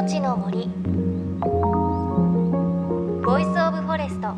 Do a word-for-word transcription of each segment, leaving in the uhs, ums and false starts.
命の森ボイスオブフォレスト。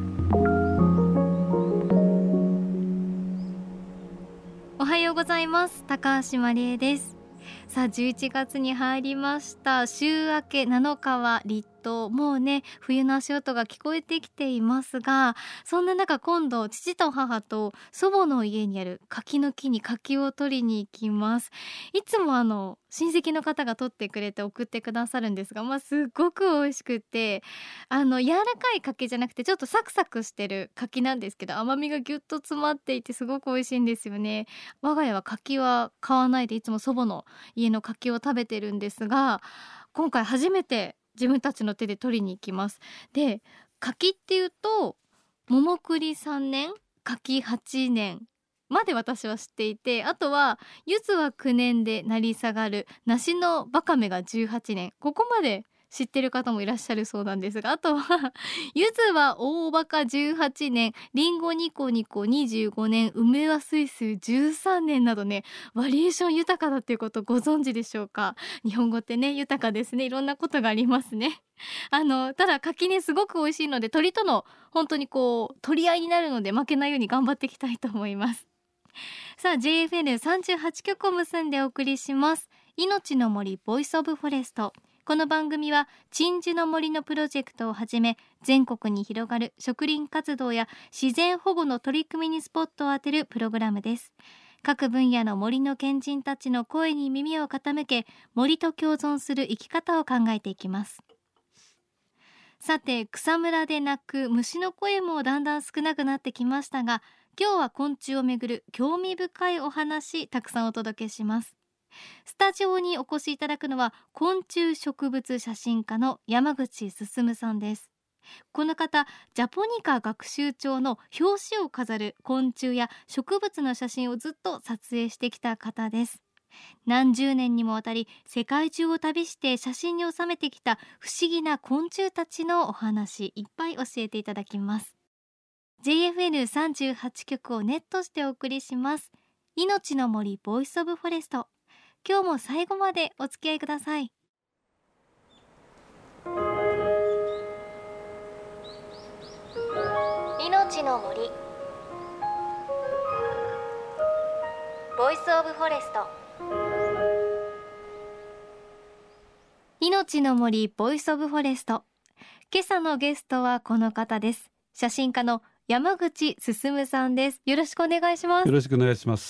おはようございます。高橋真理恵です。さあじゅういちがつに入りました。週明けなのかは立冬、もうね冬の足音が聞こえてきていますが、そんな中今度父と母と祖母の家にある柿の木に柿を取りに行きます。いつもあの親戚の方が取ってくれて送ってくださるんですが、まあ、すっごく美味しくって、あの柔らかい柿じゃなくてちょっとサクサクしてる柿なんですけど、甘みがぎゅっと詰まっていてすごく美味しいんですよね。我が家は柿は買わないでいつも祖母の家の柿を食べてるんですが、今回初めて自分たちの手で取りに行きます。で、柿っていうと桃栗さんねん、柿はちねんまで私は知っていて、あとは柚子はきゅうねんで成り下がる、梨のバカメがじゅうはちねん、ここまで知ってる方もいらっしゃるそうなんですが、あとは柚子は大バカじゅうはちねん、リンゴニコニコにじゅうごねん、梅はスイスじゅうさんねんなどね、バリエーション豊かだっていうことをご存知でしょうか。日本語ってね豊かですね。いろんなことがありますね。あのただ柿ねすごく美味しいので、鳥との本当にこう取り合いになるので負けないように頑張っていきたいと思います。さあ ジェイエフエヌさんじゅうはち 局を結んでお送りします。命の森ボイスオブフォレスト。この番組は鎮守の森のプロジェクトをはじめ、全国に広がる植林活動や自然保護の取り組みにスポットを当てるプログラムです。各分野の森の賢人たちの声に耳を傾け、森と共存する生き方を考えていきます。さて、草むらで鳴く虫の声もだんだん少なくなってきましたが、今日は昆虫をめぐる興味深いお話たくさんお届けします。スタジオにお越しいただくのは昆虫植物写真家の山口進さんです。この方、ジャポニカ学習帳の表紙を飾る昆虫や植物の写真をずっと撮影してきた方です。何十年にもわたり世界中を旅して写真に収めてきた不思議な昆虫たちのお話、いっぱい教えていただきます。ジェイエフエヌさんじゅうはち 局をネットしてお送りします。命の森ボイスオブフォレスト。今日も最後までお付き合いください。命の森ボイスオブフォレスト。命の森ボイスオブフォレスト。今朝のゲストはこの方です。写真家の山口進さんです。よろしくお願いします。 よろしくお願いします。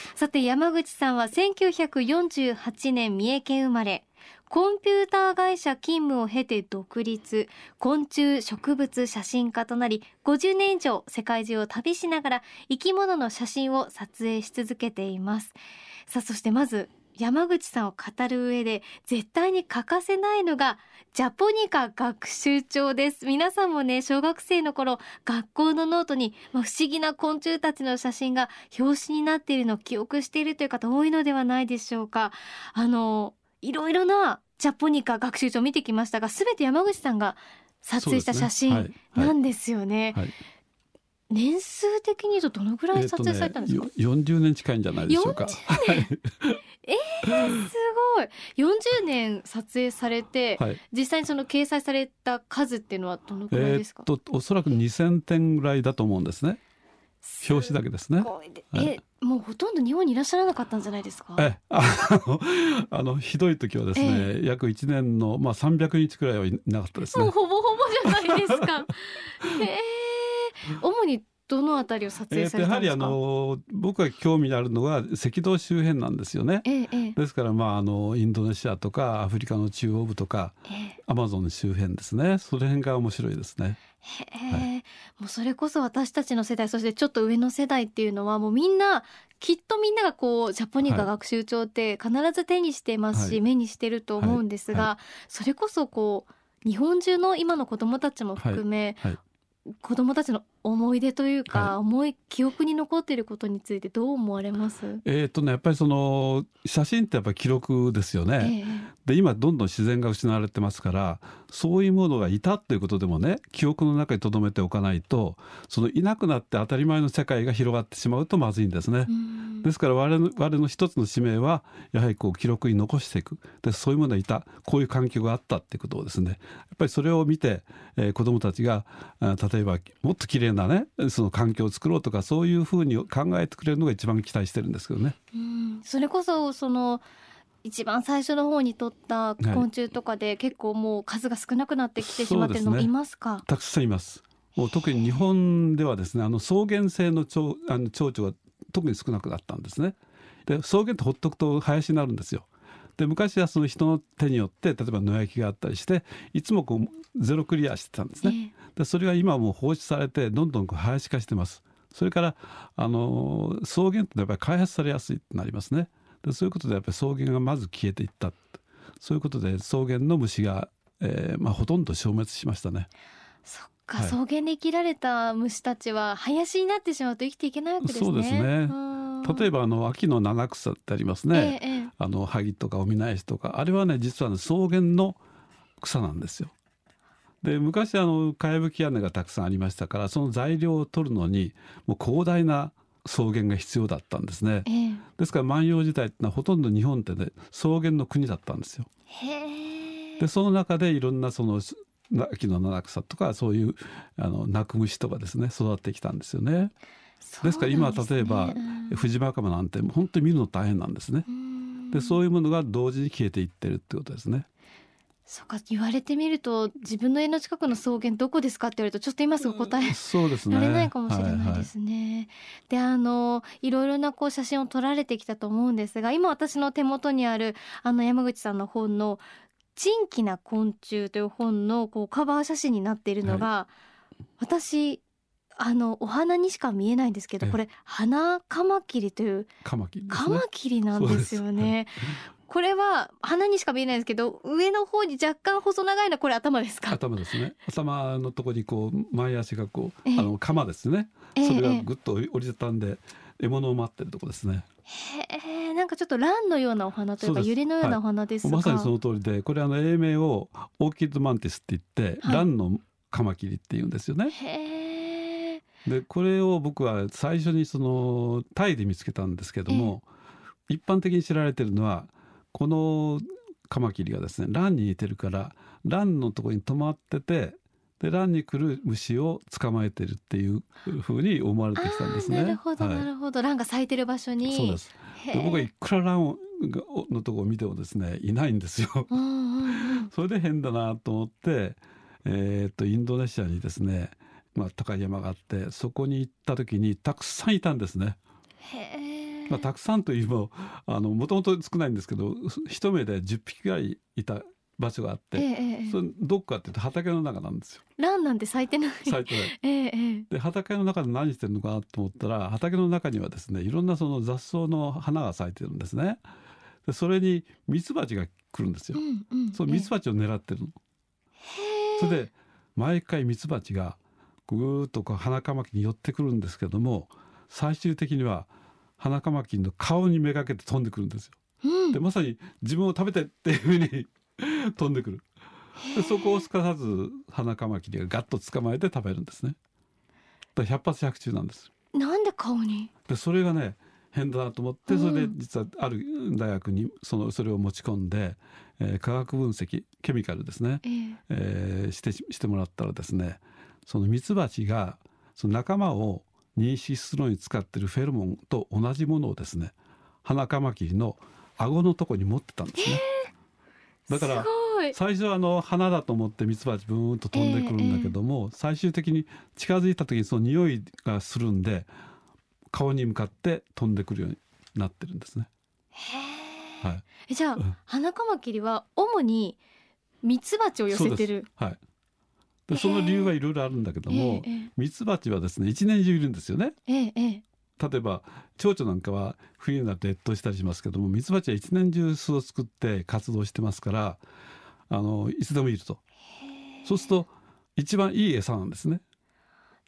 さて、山口さんはせんきゅうひゃくよんじゅうはちねん三重県生まれ、コンピューター会社勤務を経て独立、昆虫植物写真家となり、ごじゅうねん以上世界中を旅しながら生き物の写真を撮影し続けています。さあ、そしてまず山口さんを語る上で絶対に欠かせないのがジャポニカ学習帳です。皆さんもね、小学生の頃学校のノートに、まあ、不思議な昆虫たちの写真が表紙になっているのを記憶しているという方多いのではないでしょうか。あのいろいろなジャポニカ学習帳を見てきましたが、すべて山口さんが撮影した写真なんですよね。 はいはい、 年数的に言うとどのぐらい撮影されたんですか？ えーとね、よんじゅうねん近いんじゃないでしょうか。 えー、すごい。よんじゅうねん撮影されて、はい、実際にその掲載された数っていうのはどのくらいですか？ えー、とおそらくにせんてんぐらいだと思うんですね。表紙だけですね。 え、はい、もうほとんど日本にいらっしゃらなかったんじゃないですか？ えあのあのひどい時はですね、えー、約いちねんの、まあ、さんびゃくにちくらいはいなかったですね。 もうほぼほぼじゃないですか。えー、主にどのあたりを撮影されたんですか？ えー、やはりあの僕が興味あるのは赤道周辺なんですよね。 えーえー、 ですから、まあ、あのインドネシアとかアフリカの中央部とか、えー、アマゾン周辺ですね。その辺が面白いですね。 へー、はい、もうそれこそ私たちの世代、そしてちょっと上の世代っていうのはもうみんなきっとみんながこうジャポニカ学習帳って必ず手にしてますし、はい、目にしてると思うんですが、はいはい、それこそこう日本中の今の子どもたちも含め、はいはい、 子どもたちの思い出というか、 はい、 思い記憶に残っていることについてどう思われます？ えーとね、やっぱりその写真ってやっぱり記録ですよね、 ええ、 で今どんどん自然が失われてますから、そういうものがいたということでもね、記憶の中に留めておかないと、そのいなくなって当たり前の世界が広がってしまうとまずいんですね。 うん、 ですから我々の、我々の一つの使命はやはりこう記録に残していく。でそういうものがいた、こういう環境があったっていうことをですね、やっぱりそれを見て、えー、子どもたちがあ例えばもっと綺麗なねその環境を作ろうとか、そういうふうに考えてくれるのが一番期待してるんですけどね。 うん、それこそその一番最初の方に撮った昆虫とかで結構もう数が少なくなってきてしまっているのもいますか？ たくさんいます。もう特に日本ではですね、あの草原性の蝶あの蝶々が特に少なくなったんですね。で草原ってほっとくと林になるんですよ。で昔はその人の手によって例えば野焼きがあったりして、いつもこうゼロクリアしてたんですね。でそれが今はもう放置されてどんどんこう林化してます。それからあの草原ってやっぱり開発されやすいとなりますね。でそういうことでやっぱり草原がまず消えていった。そういうことで草原の虫が、えーまあ、ほとんど消滅しましたね。 そっか、 はい、 草原で生きられた虫たちは林になってしまうと生きていけないわけですね。 そうですね。例えばあの秋の七草ってありますね、 ええ、 あの萩とかオミナエシとか、あれはね実は、ね、草原の草なんですよ。で昔あのかやぶき屋根がたくさんありましたから、その材料を取るのにもう広大な草原が必要だったんですね。 ええ、 ですから万葉時代ってのはほとんど日本ってね草原の国だったんですよ。 へえ。 でその中でいろんなその秋の七草とかそういうあの鳴く虫とかですね育ってきたんですよね。ですから今例えば、うん、フジマカマなんて本当に見るの大変なんですね。でそういうものが同時に消えていってるってことですね。 そうか、言われてみると自分の家の近くの草原どこですかって言われるとちょっと今すぐ答え、うん、 そうですね、 られないかもしれないですね。はいはい、であのいろいろなこう写真を撮られてきたと思うんですが、今私の手元にあるあの山口さんの本の珍奇な昆虫という本のこうカバー写真になっているのが、はい、私あのお花にしか見えないんですけど、これ花カマキリというカマキリですね。 カマキリなんですよね。これは花にしか見えないんですけど、上の方に若干細長いのこれ頭ですか？頭ですね。頭のところにこう前足がこう、えー、あの鎌ですね、えー、それがぐっと折りたたんで獲物を待ってるところですね。 へえ、なんかちょっと蘭のようなお花というか百合のようなお花ですが、 はい、まさにその通りで、これあの英名をオーキッドマンティスって言って、はい、蘭のカマキリっていうんですよね。 へーでこれを僕は最初にそのタイで見つけたんですけども、えー、一般的に知られているのはこのカマキリがですね蘭に似てるから蘭のところに止まってて、で蘭に来る虫を捕まえてるっていうふうに思われてきたんですね。 なるほど、はい、なるほど。蘭が咲いてる場所に。 そうです。で僕はいくら蘭のところを見てもですねいないんですよ。うんうんうん、それで変だなと思って、えー、っとインドネシアにですね、まあ、高い山があってそこに行った時にたくさんいたんですね。 へー、 まあ、たくさんといえばもともと少ないんですけど、一目でじゅっぴきぐらいいた場所があって、ええ、それどこかっていうと畑の中なんですよ。 蘭なんて咲いてない。 咲いてない。 ええ、 で畑の中で何してるのかなと思ったら、畑の中にはですねいろんなその雑草の花が咲いてるんですね。でそれにミツバチが来るんですよ。うんうん、そのミツバチを狙ってるの。それで毎回ミツバチがぐーっとこう花カマキリに寄ってくるんですけども、最終的には花カマキリの顔にめがけて飛んでくるんですよ。うん、でまさに自分を食べてっていうふうに飛んでくる。でそこをすかさず花カマキリがガッと捕まえて食べるんですね。だから百発百中なんです。 なんで顔に？ でそれがね変だなと思って、それで実はある大学にそのそれを持ち込んで、えー、化学分析ケミカルですね、えーえー、してしてもらったらですね、そのミツバチがその仲間を認識するのに使っているフェロモンと同じものをですね花カマキリの顎のとこに持ってたんですね。だから最初はあの花だと思ってミツバチブーンと飛んでくるんだけども、えー、最終的に近づいた時にその匂いがするんで顔に向かって飛んでくるようになってるんですね。 へー、はい、じゃあ、うん、花カマキリは主にミツバチを寄せてる。 はい、でその理由はいろいろあるんだけども、ミツバチはですね一年中いるんですよね。ええ、例えば蝶々なんかは冬になって越冬したりしますけども、ミツバチは一年中巣を作って活動してますから、あのいつでもいると。そうすると一番いい餌なんですね。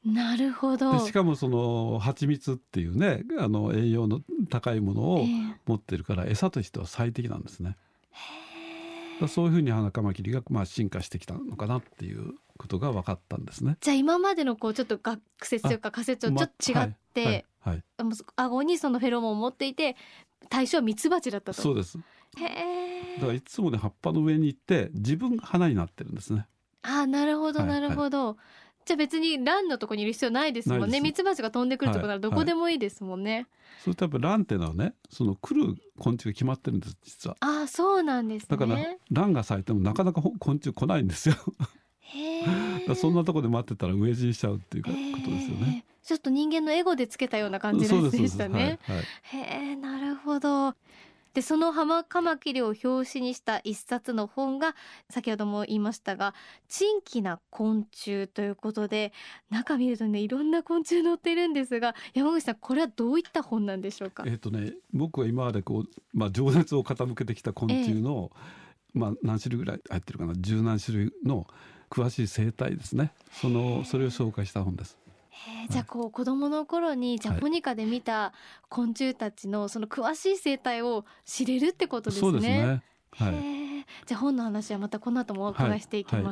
なるほど。 でしかもその蜂蜜っていうね、あの栄養の高いものを持ってるから、えー、餌としては最適なんですね。へー。そういうふうにハナカマキリがまあ進化してきたのかなっていうことが分かったんですね。 じゃあ今までのこうちょっと学説というか仮説とちょっと違って、まはいはいはい、顎にそのフェロモンを持っていて対象はミツバチだったと。 そうです。へー。だからいつもね葉っぱの上に行って自分が花になってるんですね。 あー、なるほどなるほど、はいはい、じゃあ別にランのとこにいる必要ないですもんね。ミツバチが飛んでくるとこならどこでもいいですもんね。はいはい、 そういったやっぱランっていうのはね、その来る昆虫が決まってるんです実は。 ああ、そうなんですね。 だからランが咲いてもなかなか昆虫来ないんですよ。へー。そんなとこで待ってたら飢え死にしちゃうっていうことですよね。 ちょっと人間のエゴでつけたような感じでしたね。はいはい、へー、なるほど。でそのハマカマキリを表紙にした一冊の本が先ほども言いましたが珍奇な昆虫ということで、中見るとねいろんな昆虫載ってるんですが、山口さんこれはどういった本なんでしょうか。 えーとね、僕は今までこう、まあ、情熱を傾けてきた昆虫の、えーまあ、何種類ぐらい入ってるかな、十何種類の詳しい生態ですね、そのそれを紹介した本です。 えー、じゃあこう子どもの頃にジャポニカで見た昆虫たちのその詳しい生態を知れるってことですね。 そうですね、はい、 じゃあ本の話はまたこの後もお伺いしていきます。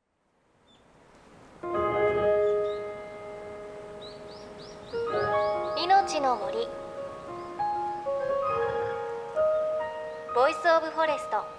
はいはい、命の森ボイスオブフォレスト。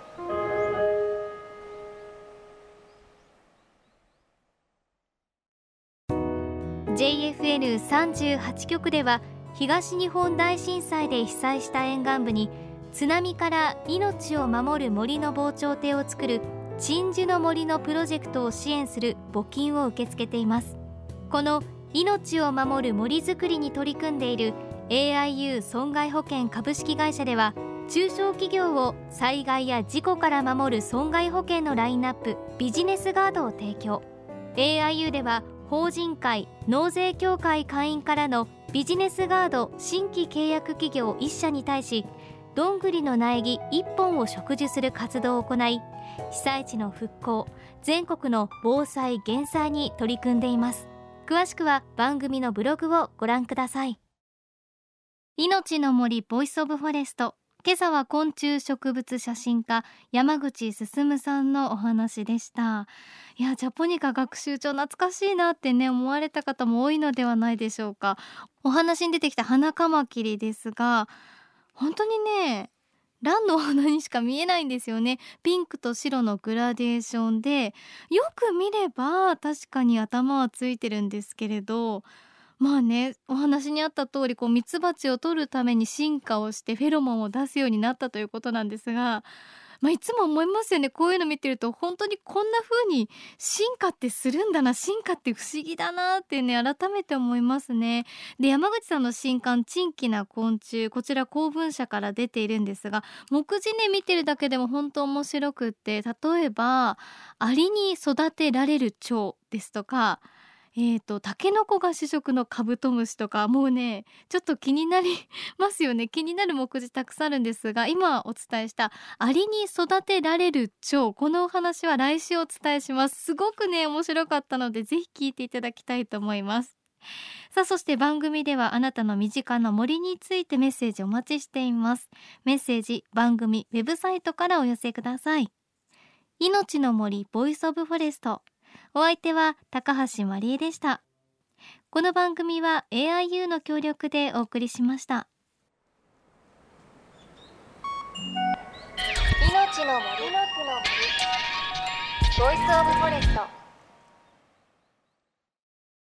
ジェイエフエヌさんじゅうはち 局では東日本大震災で被災した沿岸部に津波から命を守る森の防潮堤を作る鎮守の森のプロジェクトを支援する募金を受け付けています。この命を守る森づくりに取り組んでいる エーアイユー 損害保険株式会社では中小企業を災害や事故から守る損害保険のラインナップビジネスガードを提供。 エーアイユー では法人会納税協会会員からのビジネスガード新規契約企業いっ社に対しどんぐりの苗木いっぽんを植樹する活動を行い、被災地の復興、全国の防災減災に取り組んでいます。詳しくは番組のブログをご覧ください。命の森ボイスオブフォレスト、今朝は昆虫植物写真家山口進さんのお話でした。いやジャポニカ学習帳懐かしいなってね思われた方も多いのではないでしょうか。お話に出てきたハナカマキリですが本当にねランのお花にしか見えないんですよね。ピンクと白のグラデーションでよく見れば確かに頭はついてるんですけれど、まあねお話にあった通りこうミツバチを取るために進化をしてフェロモンを出すようになったということなんですが、まあ、いつも思いますよね。こういうの見てると本当にこんな風に進化ってするんだな、進化って不思議だなってね改めて思いますね。で山口さんの新刊珍奇な昆虫、こちら公文社から出ているんですが目次ね見てるだけでも本当面白くって、例えばアリに育てられる蝶ですとかえーとタケノコが主食のカブトムシとか、もうねちょっと気になりますよね。気になる目次たくさんあるんですが、今お伝えしたアリに育てられる蝶、このお話は来週お伝えします。すごくね面白かったのでぜひ聞いていただきたいと思います。さあそして番組ではあなたの身近な森についてメッセージお待ちしています。メッセージ番組ウェブサイトからお寄せください。命の森ボイスオブフォレスト、お相手は高橋まりえでした。この番組は エーアイユー の協力でお送りしました。 命の森ボイスオブフォレスト。